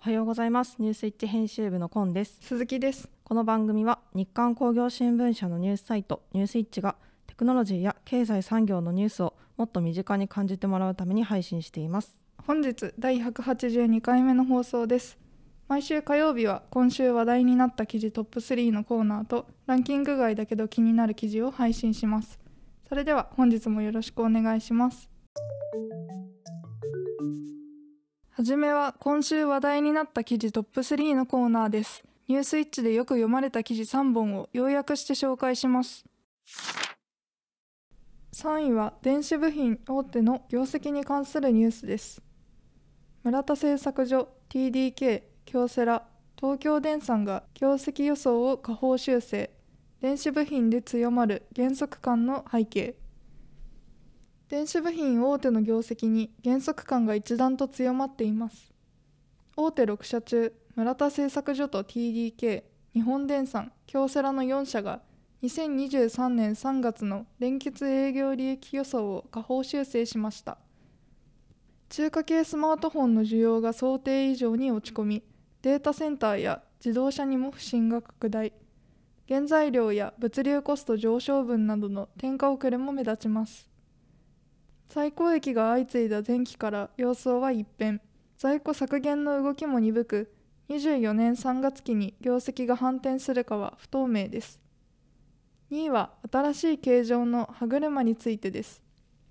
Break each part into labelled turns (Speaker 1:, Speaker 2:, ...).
Speaker 1: はようございます。ニュースイッチ編集部のコンです。
Speaker 2: 鈴木です。
Speaker 1: この番組は日刊工業新聞社のニュースサイトニュースイッチがテクノロジーや経済産業のニュースをもっと身近に感じてもらうために配信しています。
Speaker 2: 本日第182回目の放送です。毎週火曜日は今週話題になった記事トップ3のコーナーとランキング外だけど気になる記事を配信します。それでは本日もよろしくお願いします。はじめは今週話題になった記事トップ3のコーナーです。ニュースイッチでよく読まれた記事3本を要約して紹介します。3位は電子部品大手の業績に関するニュースです。村田製作所、TDK、京セラ、東京電産が業績予想を下方修正。電子部品で強まる減速感の背景。電子部品大手の業績に減速感が一段と強まっています。大手6社中、村田製作所と TDK、日本電産、京セラの4社が2023年3月の連結営業利益予想を下方修正しました。中華系スマートフォンの需要が想定以上に落ち込み、データセンターや自動車にも不振が拡大。原材料や物流コスト上昇分などの転嫁遅れも目立ちます。最高益が相次いだ前期から様相は一変、在庫削減の動きも鈍く、24年3月期に業績が反転するかは不透明です。2位は新しい形状の歯車についてです。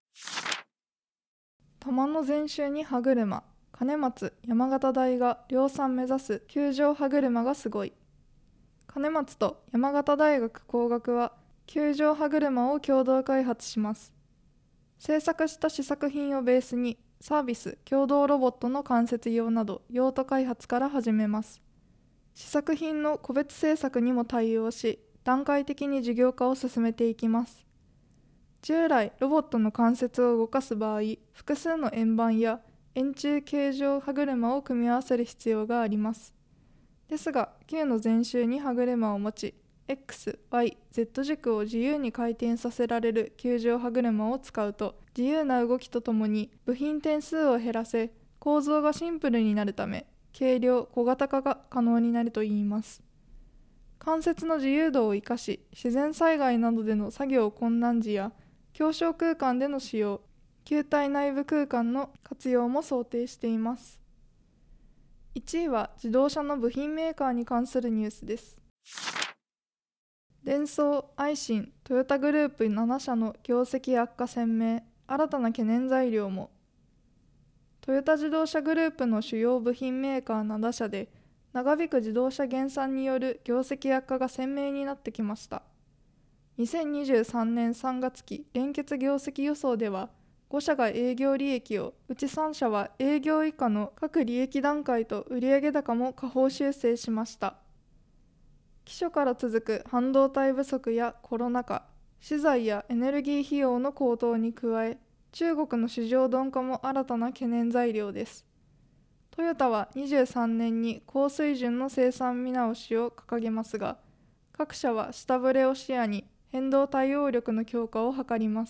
Speaker 2: 玉の全周に歯車、兼松、山形大が量産目指す球状歯車がすごい。兼松と山形大学工学は球状歯車を共同開発します。制作した試作品をベースにサービス、共同ロボットの関節用など用途開発から始めます。試作品の個別製作にも対応し、段階的に事業化を進めていきます。従来、ロボットの関節を動かす場合、複数の円盤や円柱形状歯車を組み合わせる必要があります。ですが、球の全周に歯車を持ち、X、Y、Z 軸を自由に回転させられる球状歯車を使うと、自由な動きとともに部品点数を減らせ、構造がシンプルになるため、軽量・小型化が可能になるといいます。関節の自由度を生かし、自然災害などでの作業困難時や、狭小空間での使用、球体内部空間の活用も想定しています。1位は自動車の部品メーカーに関するニュースです。デンソー、アイシン、トヨタグループ7社の業績悪化鮮明、新たな懸念材料も。トヨタ自動車グループの主要部品メーカー7社で、長引く自動車減産による業績悪化が鮮明になってきました。2023年3月期連結業績予想では、5社が営業利益を、うち3社は営業以下の各利益段階と売上高も下方修正しました。期初から続く半導体不足やコロナ禍、資材やエネルギー費用の高騰に加え、中国の市場鈍化も新たな懸念材料です。トヨタは23年に高水準の生産見直しを掲げますが、各社は下振れを視野に変動対応力の強化を図ります。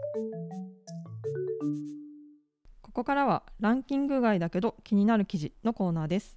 Speaker 1: ここからはランキング外だけど気になる記事のコーナーです。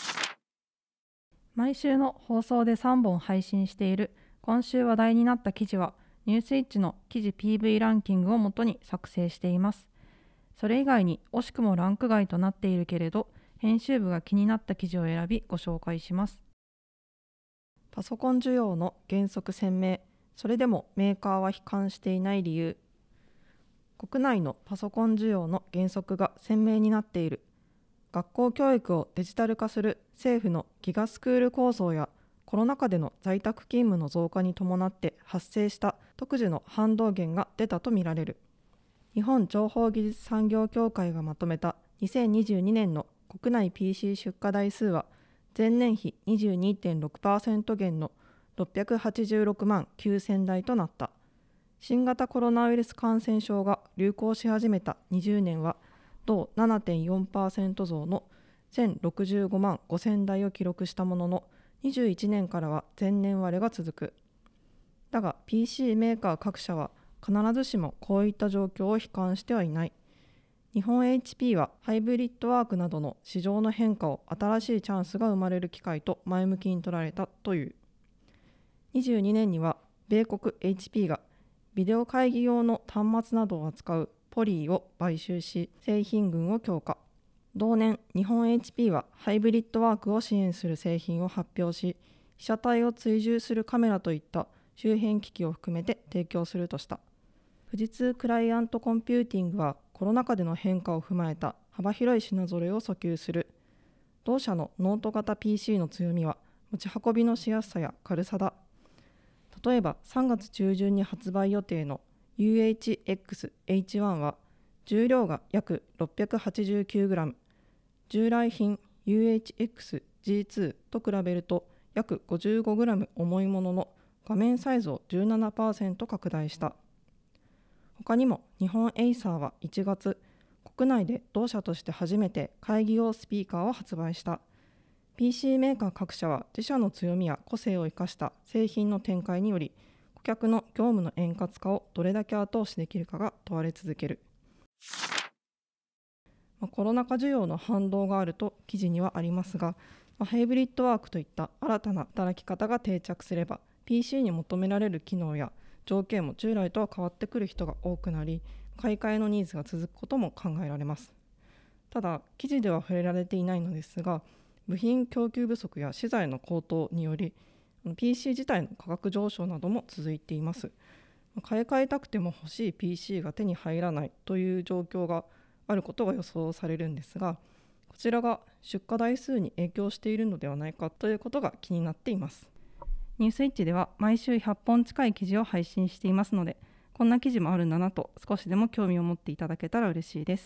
Speaker 1: 毎週の放送で3本配信している今週話題になった記事はニュースイッチの記事 PV ランキングをもとに作成しています。それ以外に惜しくもランク外となっているけれど編集部が気になった記事を選びご紹介します。パソコン需要の減速鮮明、それでもメーカーは悲観していない理由。国内のパソコン需要の減速が鮮明になっている。学校教育をデジタル化する政府のギガスクール構想やコロナ禍での在宅勤務の増加に伴って発生した特需の反動減が出たとみられる。日本情報技術産業協会がまとめた2022年の国内 PC 出荷台数は前年比 22.6% 減の686万9000台となった。新型コロナウイルス感染症が流行し始めた20年は同 7.4% 増の1065万5000台を記録したものの、21年からは前年割れが続く。だが PC メーカー各社は必ずしもこういった状況を悲観してはいない。 日本 HP はハイブリッドワークなどの市場の変化を新しいチャンスが生まれる機会と前向きに捉えたという。22年には米国 HP がビデオ会議用の端末などを扱うポリーを買収し、製品群を強化。同年、日本 HP はハイブリッドワークを支援する製品を発表し、被写体を追従するカメラといった周辺機器を含めて提供するとした。富士通クライアントコンピューティングはコロナ禍での変化を踏まえた幅広い品揃えを訴求する。同社のノート型 PC の強みは持ち運びのしやすさや軽さだ。例えば3月中旬に発売予定の UHX-H1 は重量が約 689g、従来品 UHX-G2 と比べると約 55g 重いものの、画面サイズを 17% 拡大した。他にも日本エイサーは1月、国内で同社として初めて会議用スピーカーを発売した。PC メーカー各社は自社の強みや個性を生かした製品の展開により、顧客の業務の円滑化をどれだけ後押しできるかが問われ続ける。コロナ禍需要の反動があると記事にはありますが、ハイブリッドワークといった新たな働き方が定着すれば、 PC に求められる機能や条件も従来とは変わってくる人が多くなり、買い替えのニーズが続くことも考えられます。ただ、記事では触れられていないのですが、部品供給不足や資材の高騰により PC 自体の価格上昇なども続いています。買い替えたくても欲しい PC が手に入らないという状況があることが予想されるんですが、こちらが出荷台数に影響しているのではないかということが気になっています。ニュースイッチでは毎週100本近い記事を配信していますので、こんな記事もあるんだなと少しでも興味を持っていただけたら嬉しいです。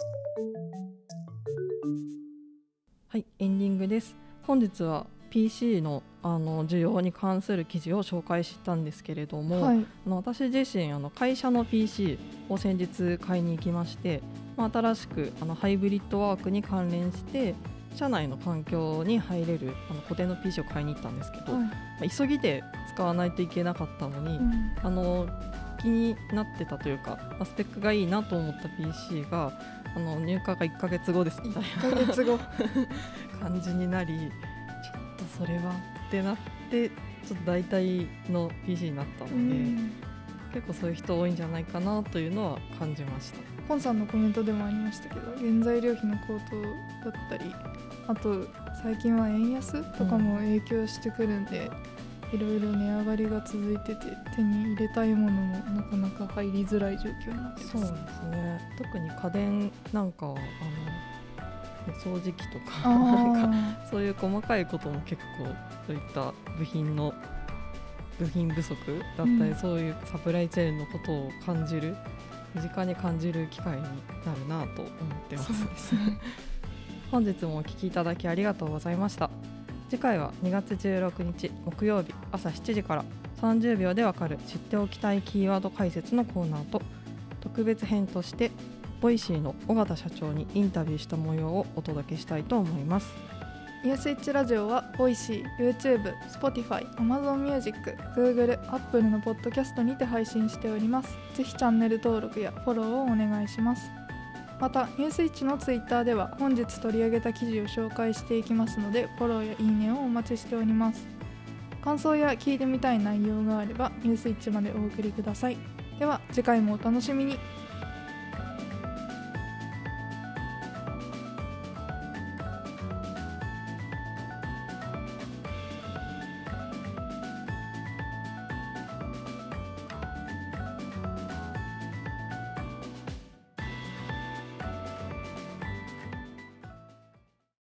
Speaker 1: はい、エンディングです。本日は PC の需要に関する記事を紹介したんですけれども、私自身会社の PC を先日買いに行きまして、新しくハイブリッドワークに関連して社内の環境に入れる固定の PC を買いに行ったんですけど、急ぎで使わないといけなかったのに、気になってたというか、スペックがいいなと思った PC が入荷が1ヶ月後ですみたいな1ヶ月後感じになり、ちょっとそれはってなって、ちょっと代替の PC になったので、結構そういう人多いんじゃないかなというのは感じました。
Speaker 2: ポンさんのコメントでもありましたけど、原材料費の高騰だったり、あと最近は円安とかも影響してくるんで、いろいろ値上がりが続いてて、手に入れたいものもなかなか入りづらい状況になってます。
Speaker 1: そうですね。特に家電なんかは掃除機とかなんかそういう細かいことも結構そういった部品不足だったり、そういうサプライチェーンのことを感じる、身近に感じる機会になるなと思ってます。
Speaker 2: そうですね
Speaker 1: 本日もお聞きいただきありがとうございました。次回は2月16日木曜日朝7時から30秒でわかる知っておきたいキーワード解説のコーナーと、特別編としてボイシーの尾形社長にインタビューした模様をお届けしたいと思います。
Speaker 2: ニュースイッチラジオはボイシー、YouTube、Spotify、Amazon Music、Google、Apple のポッドキャストにて配信しております。ぜひチャンネル登録やフォローをお願いします。またニュースイッチのツイッターでは本日取り上げた記事を紹介していきますので、フォローやいいねをお待ちしております。感想や聞いてみたい内容があればニュースイッチまでお送りください。では次回もお楽しみに。